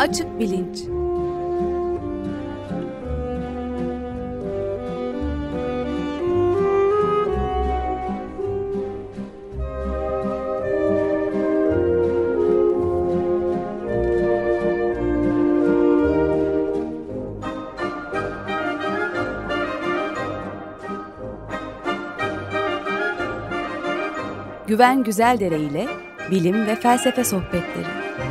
Açık bilinç. Güven Güzeldere ile bilim ve felsefe sohbetleri.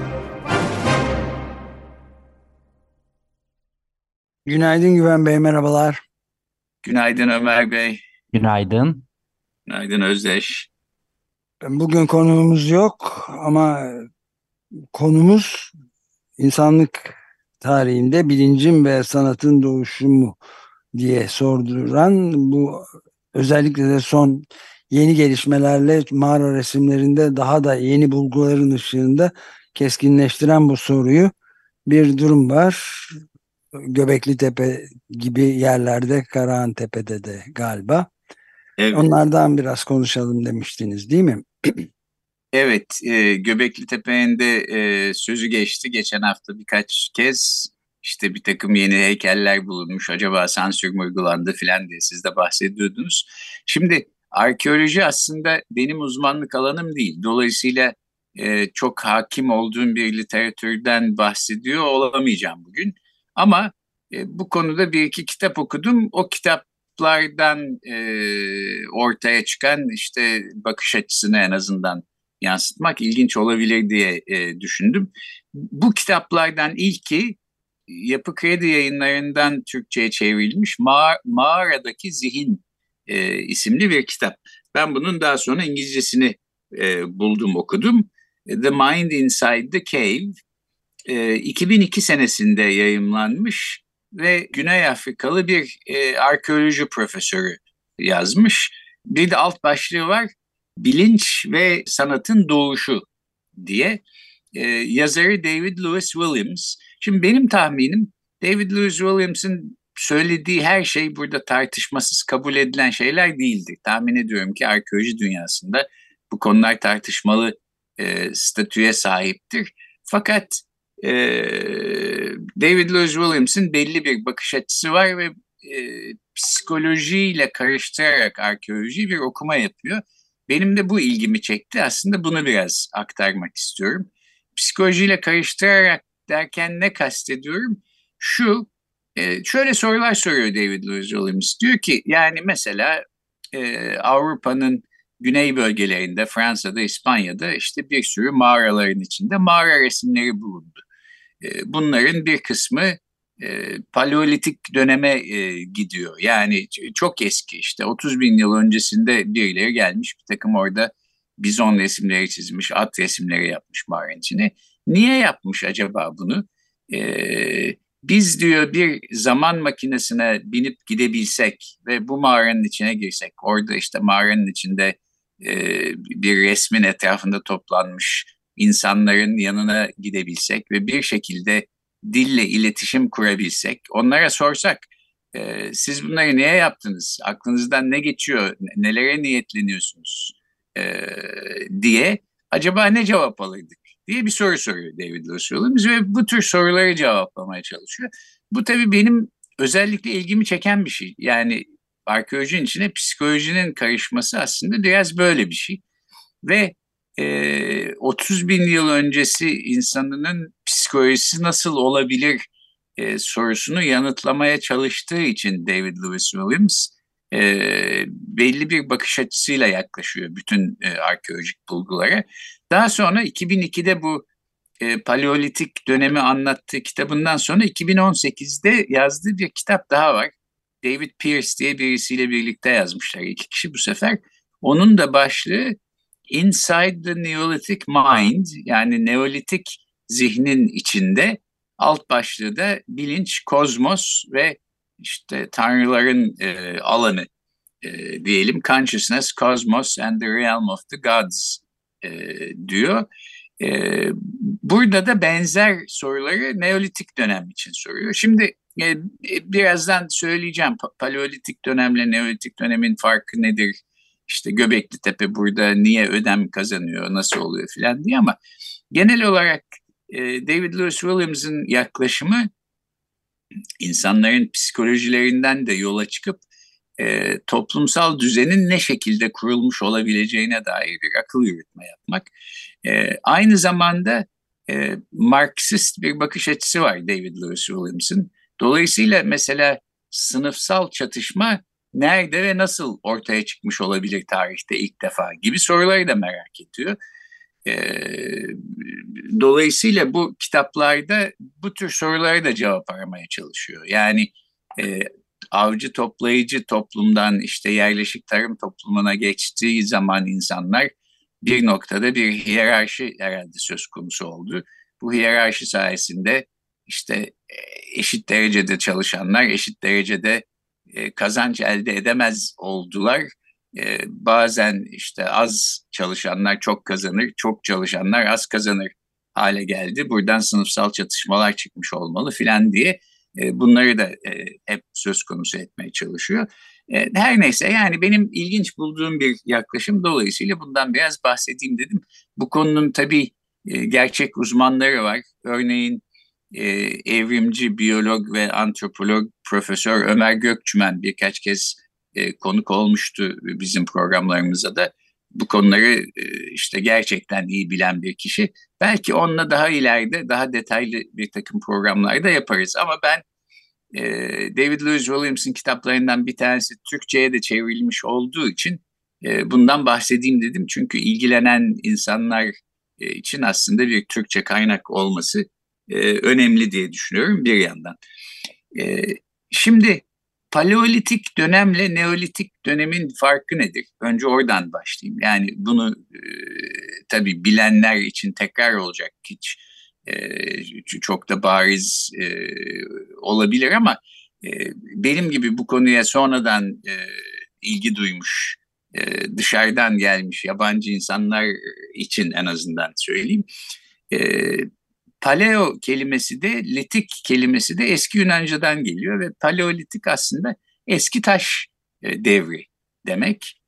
Günaydın Güven Bey, merhabalar. Günaydın Ömer Bey. Günaydın. Günaydın Özdeş. Bugün konuğumuz yok ama konumuz insanlık tarihinde bilincin ve sanatın doğuşu mu diye sorduran, bu özellikle de son yeni gelişmelerle mağara resimlerinde daha da yeni bulguların ışığında keskinleştiren bu soruyu. Bir durum var. Göbekli Tepe gibi yerlerde, Karahantepe'de de galiba. Evet, Onlardan biraz konuşalım demiştiniz, değil mi? evet, Göbekli Tepe'nin de sözü geçti. Geçen hafta birkaç kez işte bir takım yeni heykeller bulunmuş. Acaba sansür mü uygulandı filan diye siz de bahsediyordunuz. Şimdi arkeoloji aslında benim uzmanlık alanım değil. Dolayısıyla çok hakim olduğum bir literatürden bahsediyor olamayacağım bugün. Ama bu konuda bir iki kitap okudum. O kitaplardan ortaya çıkan işte bakış açısını en azından yansıtmak ilginç olabilir diye düşündüm. Bu kitaplardan ilki Yapı Kredi Yayınları'ndan Türkçe'ye çevrilmiş Mağaradaki Zihin isimli bir kitap. Ben bunun daha sonra İngilizcesini buldum, okudum. The Mind Inside the Cave. 2002 senesinde yayımlanmış ve Güney Afrikalı bir arkeoloji profesörü yazmış. Bir de alt başlığı var, Bilinç ve Sanatın Doğuşu diye. Yazarı David Lewis Williams. Şimdi benim tahminim, David Lewis Williams'ın söylediği her şey burada tartışmasız kabul edilen şeyler değildi. Tahmin ediyorum ki arkeoloji dünyasında bu konular tartışmalı statüye sahiptir. Fakat e, David Lewis Williams'ın belli bir bakış açısı var ve psikolojiyle karıştırarak arkeolojiyi bir okuma yapıyor. Benim de bu ilgimi çekti. Aslında bunu biraz aktarmak istiyorum. Psikolojiyle karıştırarak derken ne kastediyorum? Şu, şöyle sorular soruyor David Lewis Williams. Diyor ki yani mesela Avrupa'nın güney bölgelerinde, Fransa'da, İspanya'da işte bir sürü mağaraların içinde mağara resimleri bulundu. Bunların bir kısmı Paleolitik döneme gidiyor. Yani çok eski, işte 30 bin yıl öncesinde birileri gelmiş, bir takım orada bizon resimleri çizmiş, at resimleri yapmış mağaranın içine. Niye yapmış acaba bunu? Biz diyor bir zaman makinesine binip gidebilsek ve bu mağaranın içine girsek, orada işte mağaranın içinde bir resmin etrafında toplanmış insanların yanına gidebilsek ve bir şekilde dille iletişim kurabilsek, onlara sorsak, siz bunları niye yaptınız? Aklınızdan ne geçiyor? Nelere niyetleniyorsunuz? Diye acaba ne cevap alırdık diye bir soru soruyor David Lewis Williams ve bu tür soruları cevaplamaya çalışıyor. Bu tabii benim özellikle ilgimi çeken bir şey. Yani arkeolojinin içine psikolojinin karışması aslında biraz böyle bir şey. Ve 30 bin yıl öncesi insanının psikolojisi nasıl olabilir sorusunu yanıtlamaya çalıştığı için David Lewis Williams belli bir bakış açısıyla yaklaşıyor bütün arkeolojik bulgulara. Daha sonra 2002'de bu Paleolitik dönemi anlattığı kitabından sonra 2018'de yazdığı bir kitap daha var. David Pearce diye birisiyle birlikte yazmışlar, iki kişi bu sefer. Onun da başlığı Inside the Neolithic Mind, yani Neolitik zihnin içinde, alt başlığı da bilinç, kozmos ve işte tanrıların alanı diyelim, Consciousness, Cosmos and the Realm of the Gods diyor. E, Burada da benzer soruları Neolitik dönem için soruyor. Şimdi birazdan söyleyeceğim Paleolitik dönemle Neolitik dönemin farkı nedir? İşte Göbekli Tepe burada niye önem kazanıyor, nasıl oluyor filan diye, ama genel olarak David Lewis Williams'ın yaklaşımı insanların psikolojilerinden de yola çıkıp toplumsal düzenin ne şekilde kurulmuş olabileceğine dair bir akıl yürütme yapmak. Aynı zamanda Marksist bir bakış açısı var David Lewis Williams'ın. Dolayısıyla mesela sınıfsal çatışma nerede ve nasıl ortaya çıkmış olabilir tarihte ilk defa gibi soruları da merak ediyor. Dolayısıyla bu kitaplarda bu tür sorulara da cevap aramaya çalışıyor. Yani avcı toplayıcı toplumdan işte yerleşik tarım toplumuna geçtiği zaman insanlar bir noktada bir hiyerarşi herhalde söz konusu oldu. Bu hiyerarşi sayesinde işte eşit derecede çalışanlar eşit derecede kazanç elde edemez oldular. Bazen işte az çalışanlar çok kazanır, çok çalışanlar az kazanır hale geldi. Buradan sınıfsal çatışmalar çıkmış olmalı filan diye bunları da hep söz konusu etmeye çalışıyor. Her neyse yani benim ilginç bulduğum bir yaklaşım, dolayısıyla bundan biraz bahsedeyim dedim. Bu konunun tabii gerçek uzmanları var. Örneğin evrimci, biyolog ve antropolog Profesör Ömer Gökçümen birkaç kez konuk olmuştu bizim programlarımıza da. Bu konuları işte gerçekten iyi bilen bir kişi. Belki onunla daha ileride daha detaylı bir takım programlarda yaparız. Ama ben David Lewis Williams'ın kitaplarından bir tanesi Türkçe'ye de çevrilmiş olduğu için bundan bahsedeyim dedim. Çünkü ilgilenen insanlar için aslında bir Türkçe kaynak olması önemli diye düşünüyorum bir yandan. E, Şimdi Paleolitik dönemle Neolitik dönemin farkı nedir? Önce oradan başlayayım. Yani bunu tabii bilenler için tekrar olacak, hiç çok da bariz olabilir ama benim gibi bu konuya sonradan ilgi duymuş, dışarıdan gelmiş yabancı insanlar için en azından söyleyeyim. E, Paleo kelimesi de litik kelimesi de eski Yunanca'dan geliyor ve paleolitik aslında eski taş devri demek.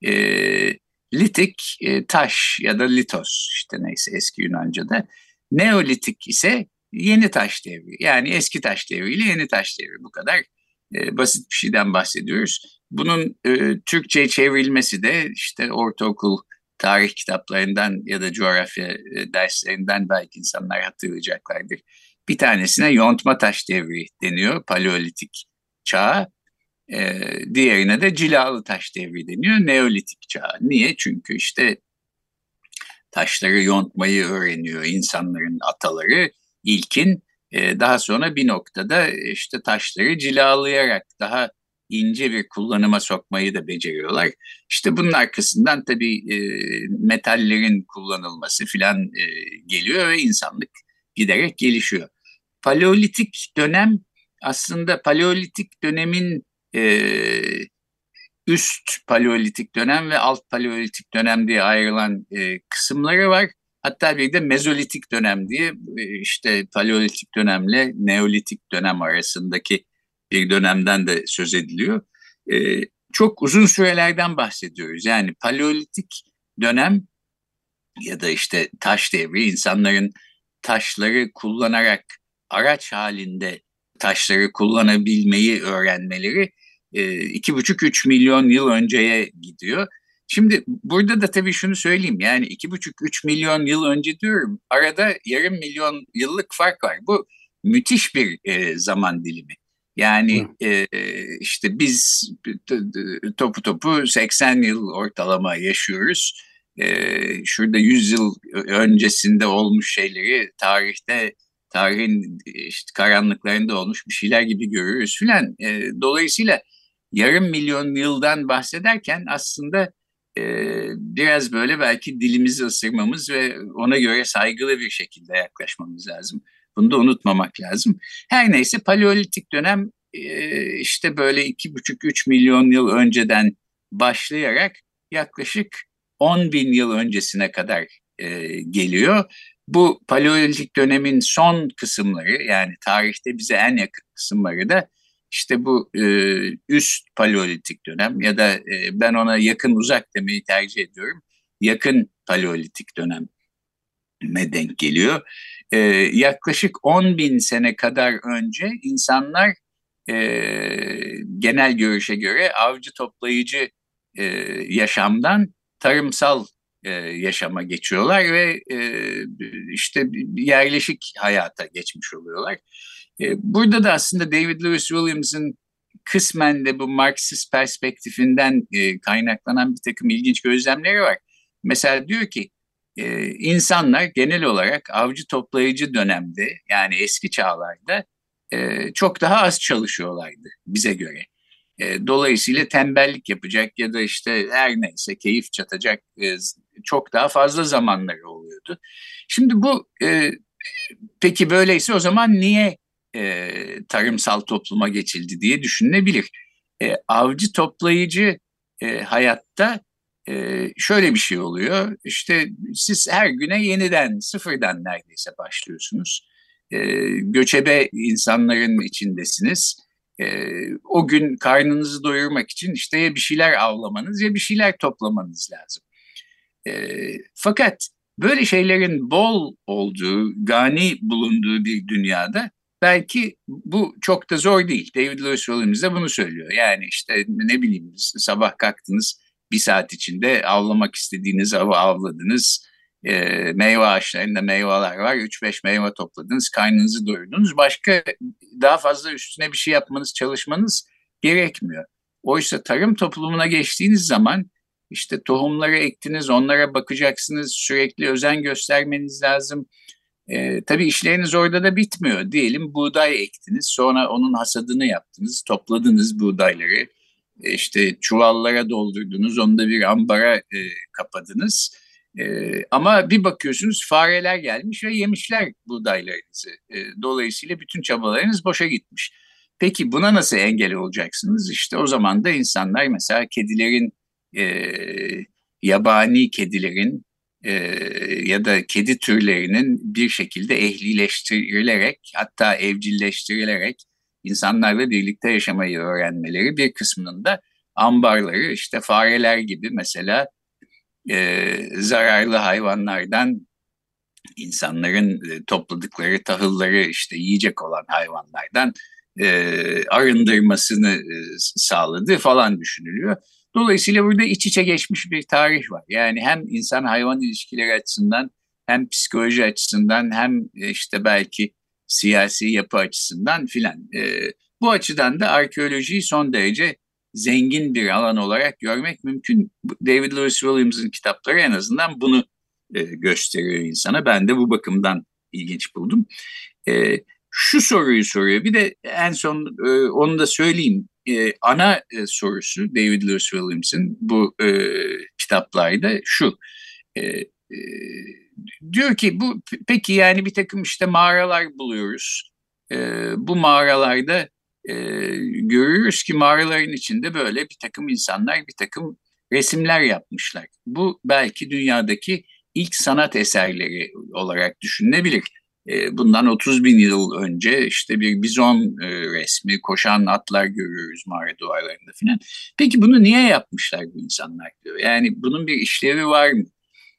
Litik taş ya da litos işte neyse eski Yunanca'da. Neolitik ise yeni taş devri, yani eski taş devri ile yeni taş devri, bu kadar basit bir şeyden bahsediyoruz. Bunun Türkçe'ye çevrilmesi de işte ortaokul tarih kitaplarından ya da coğrafya derslerinden belki insanlar hatırlayacaklardır. Bir tanesine yontma taş devri deniyor, paleolitik çağa. Diğerine de cilalı taş devri deniyor, neolitik çağa. Niye? Çünkü işte taşları yontmayı öğreniyor insanların ataları ilkin. Daha sonra bir noktada işte taşları cilalayarak daha ince bir kullanıma sokmayı da beceriyorlar. İşte bunun arkasından tabii metallerin kullanılması filan geliyor ve insanlık giderek gelişiyor. Paleolitik dönem aslında paleolitik dönemin üst paleolitik dönem ve alt paleolitik dönem diye ayrılan kısımları var. Hatta bir de mezolitik dönem diye işte paleolitik dönemle neolitik dönem arasındaki bir dönemden de söz ediliyor. Çok uzun sürelerden bahsediyoruz. Yani paleolitik dönem ya da işte taş devri, insanların taşları kullanarak araç halinde taşları kullanabilmeyi öğrenmeleri 2,5-3 milyon yıl önceye gidiyor. Şimdi burada da tabii şunu söyleyeyim, yani 2,5-3 milyon yıl önce diyorum, arada yarım milyon yıllık fark var. Bu müthiş bir zaman dilimi. Yani işte biz topu topu 80 yıl ortalama yaşıyoruz. Şurada 100 yıl öncesinde olmuş şeyleri tarihin işte karanlıklarında olmuş bir şeyler gibi görüyoruz filan. Dolayısıyla yarım milyon yıldan bahsederken aslında biraz böyle belki dilimizi ısırmamız ve ona göre saygılı bir şekilde yaklaşmamız lazım. Bunu da unutmamak lazım. Her neyse paleolitik dönem işte böyle 2,5-3 milyon yıl önceden başlayarak yaklaşık 10 bin yıl öncesine kadar geliyor. Bu paleolitik dönemin son kısımları, yani tarihte bize en yakın kısımları da işte bu üst paleolitik dönem ya da ben ona yakın uzak demeyi tercih ediyorum. Yakın paleolitik dönem denk geliyor. Yaklaşık 10 bin sene kadar önce insanlar genel görüşe göre avcı toplayıcı yaşamdan tarımsal yaşama geçiyorlar ve işte yerleşik hayata geçmiş oluyorlar. Burada da aslında David Lewis Williams'ın kısmen de bu Marksist perspektifinden kaynaklanan bir takım ilginç gözlemleri var. Mesela diyor ki insanlar genel olarak avcı toplayıcı dönemde, yani eski çağlarda çok daha az çalışıyorlardı bize göre. Dolayısıyla tembellik yapacak ya da işte her neyse keyif çatacak çok daha fazla zamanları oluyordu. Şimdi bu peki böyleyse o zaman niye tarımsal topluma geçildi diye düşünülebilir. Avcı toplayıcı hayatta şöyle bir şey oluyor. İşte siz her güne yeniden sıfırdan neredeyse başlıyorsunuz. Göçebe insanların içindesiniz. O gün karnınızı doyurmak için işte ya bir şeyler avlamanız ya bir şeyler toplamanız lazım. Fakat böyle şeylerin bol olduğu, gani bulunduğu bir dünyada belki bu çok da zor değil. David Lewis Williams de bunu söylüyor. Yani işte ne bileyim sabah kalktınız, bir saat içinde avlamak istediğiniz avı avladınız. Meyve ağaçlarında meyveler var. 3-5 meyve topladınız, karnınızı doyurdunuz. Başka daha fazla üstüne bir şey yapmanız, çalışmanız gerekmiyor. Oysa tarım toplumuna geçtiğiniz zaman işte tohumları ektiniz, onlara bakacaksınız, sürekli özen göstermeniz lazım. Tabii işleriniz orada da bitmiyor. Diyelim buğday ektiniz, sonra onun hasadını yaptınız, topladınız buğdayları, işte çuvallara doldurdunuz, onu da bir ambara kapadınız. Ama bir bakıyorsunuz fareler gelmiş ve yemişler buğdaylarınızı. Dolayısıyla bütün çabalarınız boşa gitmiş. Peki buna nasıl engel olacaksınız? İşte o zaman da insanlar mesela kedilerin, yabani kedilerin e, ya da kedi türlerinin bir şekilde ehlileştirilerek, hatta evcilleştirilerek insanlarla birlikte yaşamayı öğrenmeleri, bir kısmının da ambarları işte fareler gibi mesela zararlı hayvanlardan, insanların topladıkları tahılları işte yiyecek olan hayvanlardan arındırmasını sağladığı falan düşünülüyor. Dolayısıyla burada iç içe geçmiş bir tarih var. Yani hem insan hayvan ilişkileri açısından, hem psikoloji açısından, hem işte belki siyasi yapı açısından filan. Bu açıdan da arkeolojiyi son derece zengin bir alan olarak görmek mümkün. David Lewis Williams'ın kitapları en azından bunu gösteriyor insana. Ben de bu bakımdan ilginç buldum. Şu soruyu soruyor. Bir de en son onu da söyleyeyim. Ana sorusu David Lewis Williams'ın bu kitaplarda şu. E, e, Diyor ki bu peki yani bir takım işte mağaralar buluyoruz. Bu mağaralarda e, görüyoruz ki mağaraların içinde böyle bir takım insanlar bir takım resimler yapmışlar. Bu belki dünyadaki ilk sanat eserleri olarak düşünülebilir. Bundan 30 bin yıl önce işte bir bizon resmi, koşan atlar görüyoruz mağara duvarlarında filan. Peki bunu niye yapmışlar bu insanlar diyor. Yani bunun bir işlevi var mı?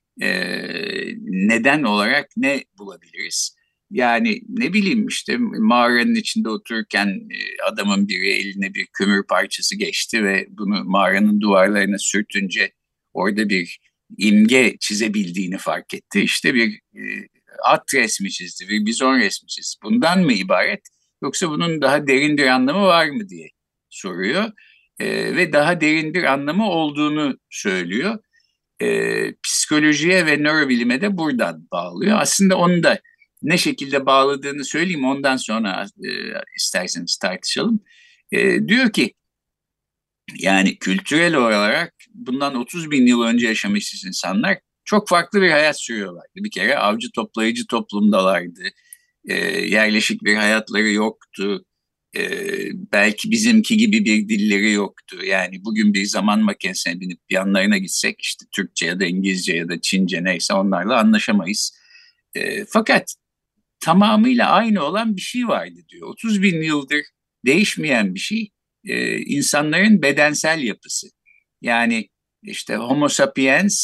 Neden olarak ne bulabiliriz? Yani ne bileyim işte mağaranın içinde otururken adamın biri eline bir kömür parçası geçti ve bunu mağaranın duvarlarına sürtünce orada bir imge çizebildiğini fark etti. İşte bir at resmi çizdi, bir bizon resmi çizdi. Bundan mı ibaret? Yoksa bunun daha derin bir anlamı var mı diye soruyor. Ve daha derin bir anlamı olduğunu söylüyor. Psikolojiye ve nörobilime de buradan bağlıyor. Aslında onu da ne şekilde bağladığını söyleyeyim, ondan sonra isterseniz tartışalım. Diyor ki yani kültürel olarak bundan 30 bin yıl önce yaşamış insanlar çok farklı bir hayat sürüyorlardı. Bir kere avcı toplayıcı toplumdalardı. Yerleşik bir hayatları yoktu. Belki bizimki gibi bir dilleri yoktu. Yani bugün bir zaman makinesine binip bir yanlarına gitsek işte Türkçe ya da İngilizce ya da Çince neyse onlarla anlaşamayız. Fakat tamamıyla aynı olan bir şey vardı diyor. 30 bin yıldır değişmeyen bir şey, insanların bedensel yapısı. Yani işte Homo sapiens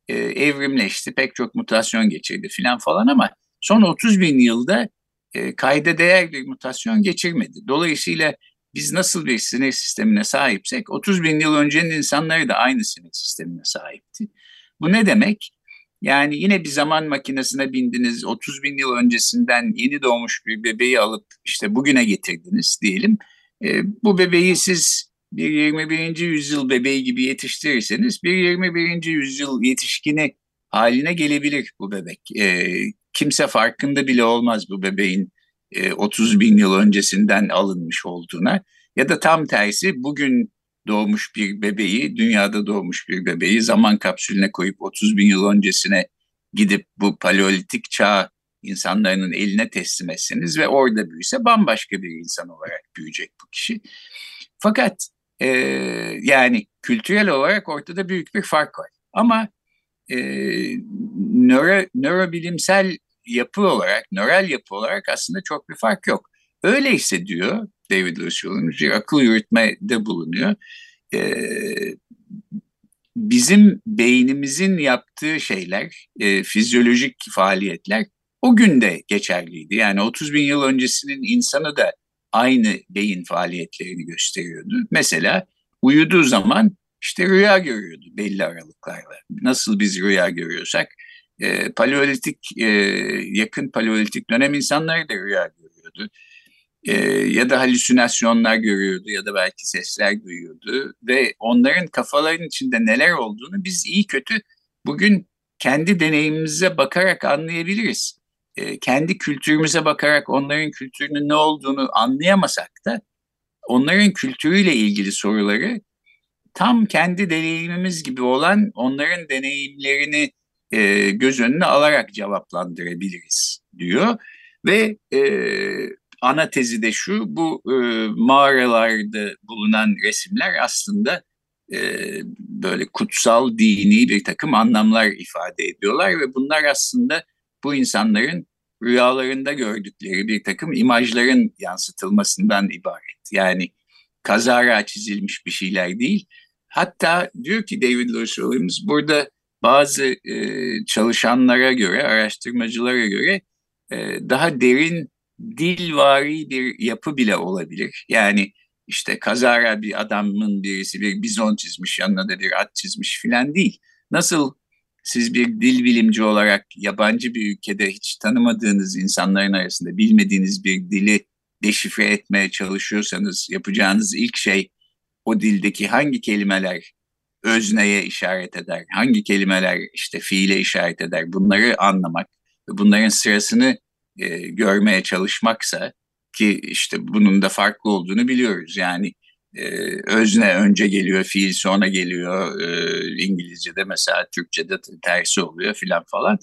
evrimleşti, pek çok mutasyon geçirdi filan falan ama son 30 bin yılda kayda değer bir mutasyon geçirmedi. Dolayısıyla biz nasıl bir sinir sistemine sahipsek 30 bin yıl öncenin insanları da aynı sinir sistemine sahipti. Bu ne demek? Yani yine bir zaman makinesine bindiniz, 30 bin yıl öncesinden yeni doğmuş bir bebeği alıp işte bugüne getirdiniz diyelim. Bu bebeği siz bir 21. yüzyıl bebeği gibi yetiştirirseniz bir 21. yüzyıl yetişkini haline gelebilir bu bebek. Kimse farkında bile olmaz bu bebeğin 30 bin yıl öncesinden alınmış olduğuna. Ya da tam tersi bugün doğmuş bir bebeği, dünyada doğmuş bir bebeği zaman kapsülüne koyup 30 bin yıl öncesine gidip bu paleolitik çağ insanların eline teslim etseniz ve orada büyüse bambaşka bir insan olarak büyüyecek bu kişi. Fakat e, yani kültürel olarak ortada büyük bir fark var. Ama e, nörobilimsel yapı olarak, nöral yapı olarak aslında çok bir fark yok. Öyleyse diyor David Luciol'un bir akıl yürütmede bulunuyor. E, Bizim beynimizin yaptığı şeyler, fizyolojik faaliyetler o gün de geçerliydi. Yani 30 bin yıl öncesinin insanı da aynı beyin faaliyetlerini gösteriyordu. Mesela uyuduğu zaman işte rüya görüyordu belli aralıklarla. Nasıl biz rüya görüyorsak paleolitik, yakın paleolitik dönem insanları da rüya görüyordu. Ya da halüsinasyonlar görüyordu ya da belki sesler duyuyordu ve onların kafaların içinde neler olduğunu biz iyi kötü bugün kendi deneyimimize bakarak anlayabiliriz. Kendi kültürümüze bakarak onların kültürünün ne olduğunu anlayamasak da onların kültürüyle ilgili soruları tam kendi deneyimimiz gibi olan onların deneyimlerini göz önüne alarak cevaplandırabiliriz diyor. Ve ana tezi de şu, bu mağaralarda bulunan resimler aslında e, böyle kutsal, dini bir takım anlamlar ifade ediyorlar ve bunlar aslında bu insanların rüyalarında gördükleri bir takım imajların yansıtılmasından ibaret. Yani kazara çizilmiş bir şeyler değil. Hatta diyor ki David Lewis Williams burada bazı çalışanlara göre, araştırmacılara göre daha derin dilvari bir yapı bile olabilir. Yani işte kazara bir adamın birisi bir bizon çizmiş, yanına da bir at çizmiş filan değil. Nasıl siz bir dil bilimci olarak yabancı bir ülkede hiç tanımadığınız insanların arasında bilmediğiniz bir dili deşifre etmeye çalışıyorsanız yapacağınız ilk şey o dildeki hangi kelimeler özneye işaret eder, hangi kelimeler işte fiile işaret eder bunları anlamak ve bunların sırasını görmeye çalışmaksa ki işte bunun da farklı olduğunu biliyoruz. Yani e, özne önce geliyor, fiil sonra geliyor. İngilizce'de mesela Türkçe'de tersi oluyor filan falan.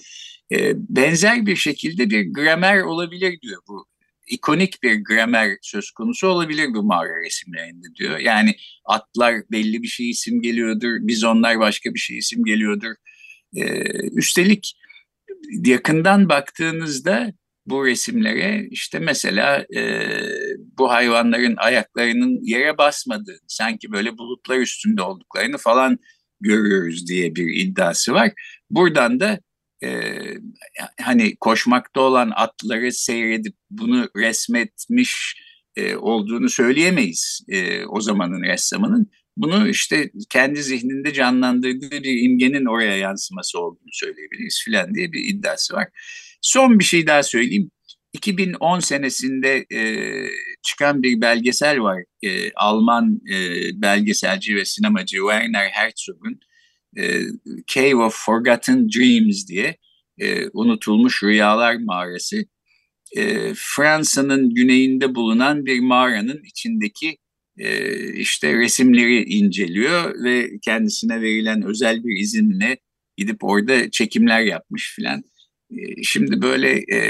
Benzer bir şekilde bir gramer olabilir diyor bu. İkonik bir gramer söz konusu olabilir bu mağara resimlerinde diyor. Yani atlar belli bir şey isim geliyordur, bizonlar başka bir şey isim geliyordur. Üstelik yakından baktığınızda bu resimlere işte mesela bu hayvanların ayaklarının yere basmadığını, sanki böyle bulutlar üstünde olduklarını falan görüyoruz diye bir iddiası var. Buradan da e, hani koşmakta olan atları seyredip bunu resmetmiş olduğunu söyleyemeyiz o zamanın ressamının. Bunu işte kendi zihninde canlandırdığı bir imgenin oraya yansıması olduğunu söyleyebiliriz filan diye bir iddiası var. Son bir şey daha söyleyeyim. 2010 senesinde çıkan bir belgesel var. Alman belgeselci ve sinemacı Werner Herzog'un Cave of Forgotten Dreams diye unutulmuş rüyalar mağarası. Fransa'nın güneyinde bulunan bir mağaranın içindeki işte resimleri inceliyor ve kendisine verilen özel bir izinle gidip orada çekimler yapmış filan. Şimdi böyle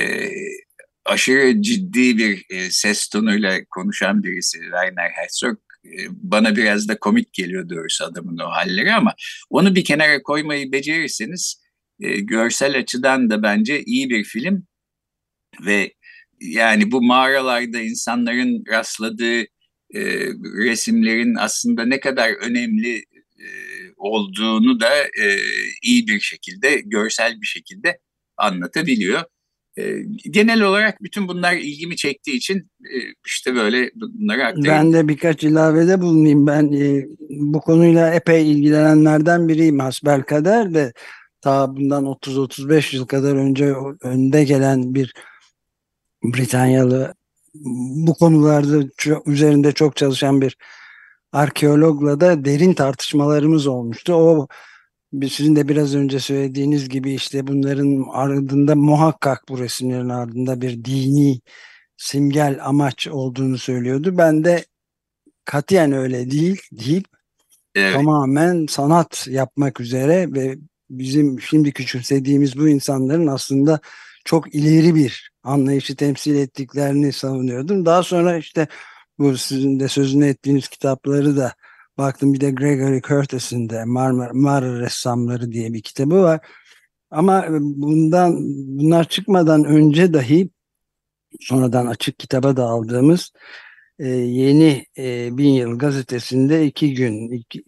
aşırı ciddi bir ses tonuyla konuşan birisi Werner Herzog bana biraz da komik geliyor doğrusu adamın o halleri ama onu bir kenara koymayı becerirseniz görsel açıdan da bence iyi bir film ve yani bu mağaralarda insanların rastladığı resimlerin aslında ne kadar önemli olduğunu da iyi bir şekilde, görsel bir şekilde anlatabiliyor. Genel olarak bütün bunlar ilgimi çektiği için işte böyle bunları aktarayım Ben de dedim. birkaç ilavede bulunayım. Ben bu konuyla epey ilgilenenlerden biriyim hasbelkader de ta bundan 30-35 yıl kadar önce önde gelen bir Britanyalı, bu konularda üzerinde çok çalışan bir arkeologla da derin tartışmalarımız olmuştu. Sizin de biraz önce söylediğiniz gibi işte bunların ardında muhakkak, bu resimlerin ardında bir dini simgel amaç olduğunu söylüyordu. Ben de katiyen öyle değil deyip Evet, tamamen sanat yapmak üzere ve bizim şimdi küçümsediğimiz bu insanların aslında çok ileri bir anlayışı temsil ettiklerini savunuyordum. Daha sonra işte bu sizin de sözünü ettiğiniz kitapları da baktım. Bir de Gregory Curtis'in de Mağara Ressamları diye bir kitabı var. Ama bunlar çıkmadan önce dahi sonradan açık kitaba da aldığımız yeni Bin Yıl gazetesinde 2 gün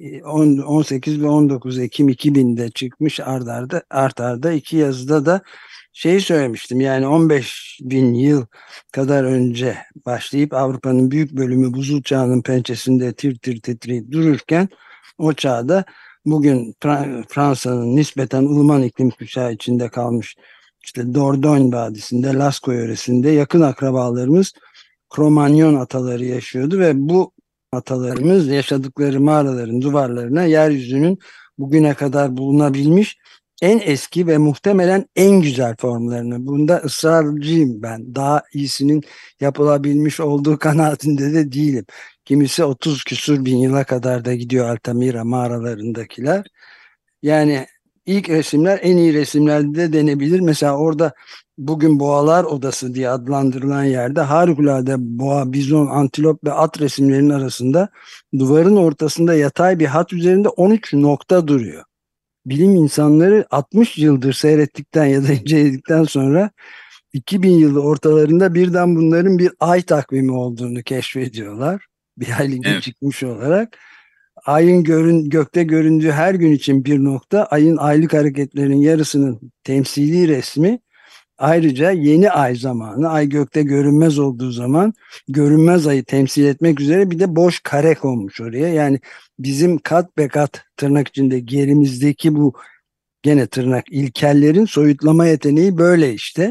18 ve 19 Ekim 2000'de çıkmış art arda iki yazıda da söylemiştim. Yani 15 bin yıl kadar önce başlayıp Avrupa'nın büyük bölümü buzul çağının pençesinde tir tir titreyip dururken, o çağda bugün Fransa'nın nispeten ılıman iklim kuşağı içinde kalmış işte Dordogne Vadisi'nde, Lascaux yöresinde yakın akrabalarımız Cro-Magnon ataları yaşıyordu ve bu atalarımız yaşadıkları mağaraların duvarlarına yeryüzünün bugüne kadar bulunabilmiş en eski ve muhtemelen en güzel formlarını, bunda ısrarcıyım ben, daha iyisinin yapılabilmiş olduğu kanaatinde de değilim. Kimisi 30 küsur bin yıla kadar da gidiyor Altamira mağaralarındakiler. Yani ilk resimler en iyi resimler de denebilir. Mesela orada bugün Boğalar Odası diye adlandırılan yerde harikulade boğa, bizon, antilop ve at resimlerinin arasında duvarın ortasında yatay bir hat üzerinde 13 nokta duruyor. Bilim insanları 60 yıldır seyrettikten ya da inceledikten sonra 2000 yılı ortalarında birden bunların bir ay takvimi olduğunu keşfediyorlar. Bir hayli evet, gecikmiş olarak. Ayın gökte göründüğü her gün için bir nokta, ayın aylık hareketlerinin yarısının temsili resmi. Ayrıca yeni ay zamanı, ay gökte görünmez olduğu zaman görünmez ayı temsil etmek üzere bir de boş kare konmuş oraya. Yani bizim kat be kat, tırnak içinde gerimizdeki bu, gene tırnak, ilkellerin soyutlama yeteneği böyle işte.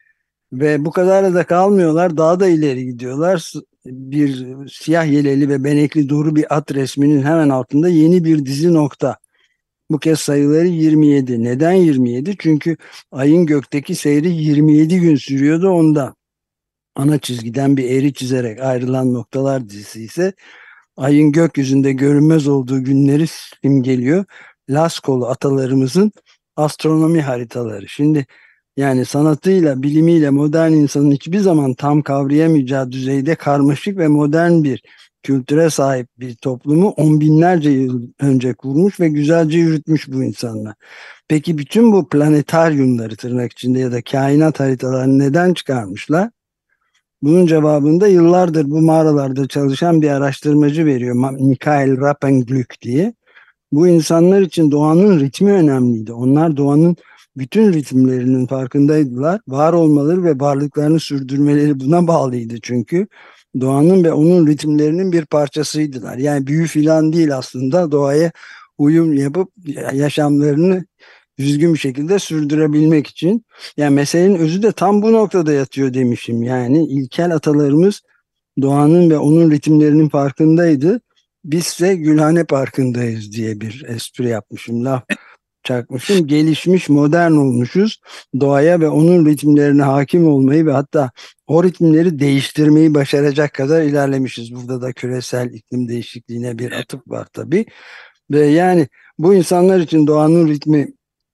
Ve bu kadar da kalmıyorlar. Daha da ileri gidiyorlar. Bir siyah yeleli ve benekli doğru bir at resminin hemen altında yeni bir dizi nokta. Bu kez sayıları 27. Neden 27? Çünkü ayın gökteki seyri 27 gün sürüyordu ondan. Ana çizgiden bir eğri çizerek ayrılan noktalar dizisi ise ayın gökyüzünde görünmez olduğu günleri simgeliyor. Lascaux'lu atalarımızın astronomi haritaları. Şimdi yani sanatıyla, bilimiyle modern insanın hiçbir zaman tam kavrayamayacağı düzeyde karmaşık ve modern bir kültüre sahip bir toplumu on binlerce yıl önce kurmuş ve güzelce yürütmüş bu insanlar. Peki bütün bu planetaryumları, tırnak içinde, ya da kainat haritalarını neden çıkarmışlar? Bunun cevabını da yıllardır bu mağaralarda çalışan bir araştırmacı veriyor. Michael Rappenglück diye. Bu insanlar için doğanın ritmi önemliydi. Onlar doğanın bütün ritimlerinin farkındaydılar. Var olmaları ve varlıklarını sürdürmeleri buna bağlıydı çünkü. Doğanın ve onun ritimlerinin bir parçasıydılar. Yani büyü filan değil aslında, doğaya uyum yapıp yaşamlarını düzgün bir şekilde sürdürebilmek için. Yani meselenin özü de tam bu noktada yatıyor demişim. Yani ilkel atalarımız doğanın ve onun ritimlerinin farkındaydı. Bizse Gülhane Parkı'ndayız diye bir espri yapmışım, laf çakmışım. Gelişmiş, modern olmuşuz. Doğaya ve onun ritimlerine hakim olmayı ve hatta o ritimleri değiştirmeyi başaracak kadar ilerlemişiz. Burada da küresel iklim değişikliğine bir evet, atıf var tabii. Ve yani bu insanlar için doğanın ritmi,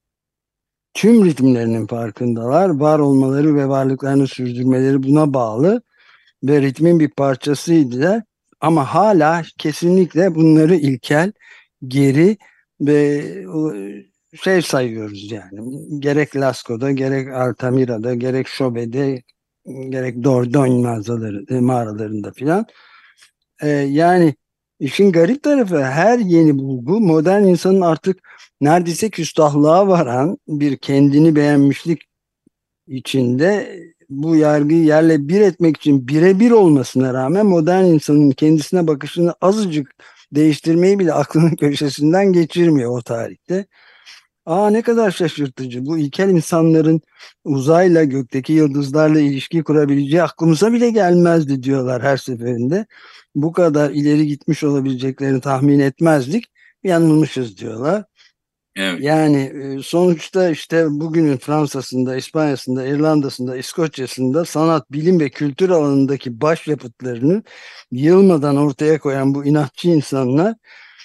tüm ritimlerinin farkındalar. Var olmaları ve varlıklarını sürdürmeleri buna bağlı ve ritmin bir parçasıydılar. Ama hala kesinlikle bunları ilkel, geri ve sayıyoruz yani. Gerek Lascaux'da, gerek Altamira'da, gerek Chauvet'de, gerek Dordogne mağaralarında filan. Yani İşin garip tarafı, her yeni bulgu modern insanın artık neredeyse küstahlığa varan bir kendini beğenmişlik içinde, bu yargıyı yerle bir etmek için birebir olmasına rağmen modern insanın kendisine bakışını azıcık değiştirmeyi bile aklının köşesinden geçirmiyor o tarihte. Aa, ne kadar şaşırtıcı. Bu ilkel insanların uzayla, gökteki yıldızlarla ilişki kurabileceği aklımıza bile gelmezdi diyorlar her seferinde. Bu kadar ileri gitmiş olabileceklerini tahmin etmezdik. Yanılmışız diyorlar. Evet. Yani sonuçta işte bugünün Fransa'sında, İspanya'sında, İrlanda'sında, İskoçya'sında sanat, bilim ve kültür alanındaki başyapıtlarını yılmadan ortaya koyan bu inatçı insanlar,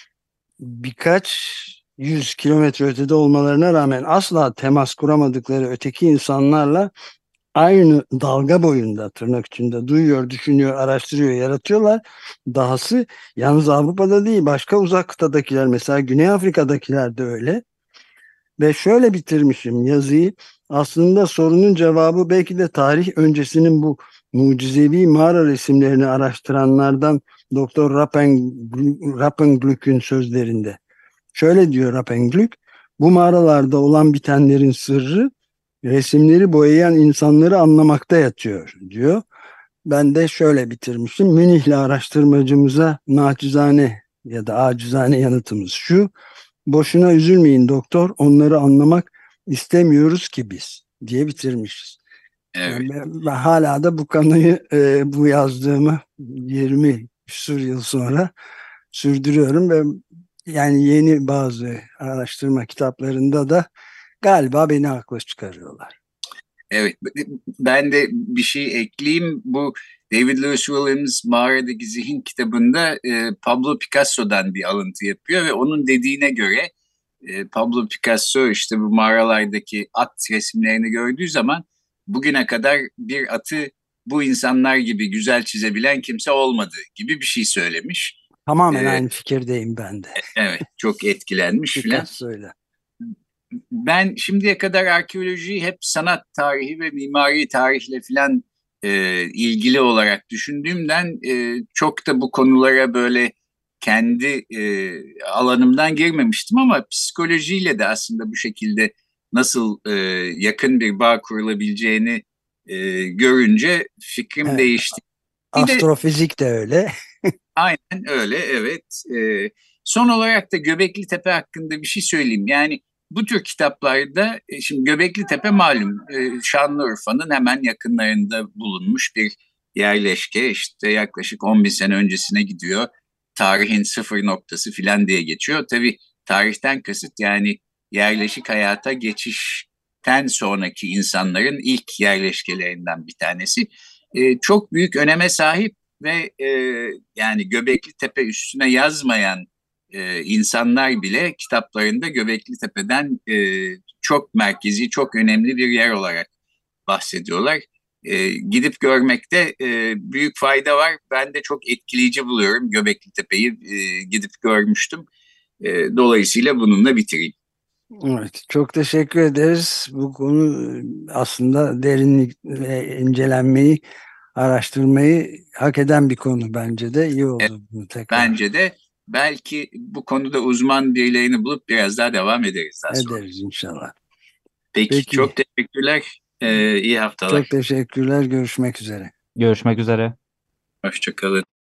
birkaç yüz kilometre ötede olmalarına rağmen asla temas kuramadıkları öteki insanlarla aynı dalga boyunda, tırnak içinde, duyuyor, düşünüyor, araştırıyor, yaratıyorlar. Dahası yalnız Avrupa'da değil, başka uzak kıtadakiler, mesela Güney Afrika'dakiler de öyle. Ve şöyle bitirmişim yazıyı. Aslında sorunun cevabı belki de tarih öncesinin bu mucizevi mağara resimlerini araştıranlardan Doktor Rappenglück'ün sözlerinde. Şöyle diyor Rappenglück: bu mağaralarda olan bitenlerin sırrı resimleri boyayan insanları anlamakta yatıyor diyor. Ben de şöyle bitirmişim. Münihli araştırmacımıza naçizane ya da acizane yanıtımız şu: boşuna üzülmeyin doktor, onları anlamak istemiyoruz ki biz, diye bitirmişiz. Evet. Yani ben hala da bu konuyu, bu yazdığımı 20 küsur yıl sonra sürdürüyorum ve yani yeni bazı araştırma kitaplarında da galiba beni haklı çıkarıyorlar. Evet, ben de bir şey ekleyeyim. Bu David Lewis Williams Mağaradaki Zihin kitabında Pablo Picasso'dan bir alıntı yapıyor ve onun dediğine göre Pablo Picasso işte bu mağaralardaki at resimlerini gördüğü zaman bugüne kadar bir atı bu insanlar gibi güzel çizebilen kimse olmadığı gibi bir şey söylemiş. Tamamen E, aynı fikirdeyim ben de. evet, çok etkilenmiş filan. Picasso'yla. Ben şimdiye kadar arkeolojiyi hep sanat tarihi ve mimari tarihle filan ilgili olarak düşündüğümden çok da bu konulara böyle kendi alanımdan girmemiştim ama psikolojiyle de aslında bu şekilde nasıl yakın bir bağ kurulabileceğini görünce fikrim Evet, değişti. Bir de astrofizik de öyle. aynen öyle, evet. Son olarak da Göbekli Tepe hakkında bir şey söyleyeyim. Yani bu tür kitaplarda, şimdi Göbekli Tepe malum Şanlıurfa'nın hemen yakınlarında bulunmuş bir yerleşke. İşte yaklaşık 10 bin sene öncesine gidiyor. Tarihin sıfır noktası filan diye geçiyor. Tabii tarihten kasıt yani yerleşik hayata geçişten sonraki insanların ilk yerleşkelerinden bir tanesi. Çok büyük öneme sahip ve yani Göbekli Tepe üstüne yazmayan insanlar bile kitaplarında Göbekli Tepe'den çok merkezi, çok önemli bir yer olarak bahsediyorlar. Gidip görmekte büyük fayda var. Ben de çok etkileyici buluyorum Göbekli Tepe'yi, gidip görmüştüm. Dolayısıyla bununla bitireyim. Evet, çok teşekkür ederiz. Bu konu aslında derinlikle incelenmeyi, araştırmayı hak eden bir konu bence de. İyi E, oldu bunu tekrar Bence de belki bu konuda uzman birilerini bulup biraz daha devam ederiz daha sonra. ederiz inşallah. Peki, Peki, çok teşekkürler. İyi çok haftalar. teşekkürler. Görüşmek üzere. Görüşmek üzere. Hoşçakalın.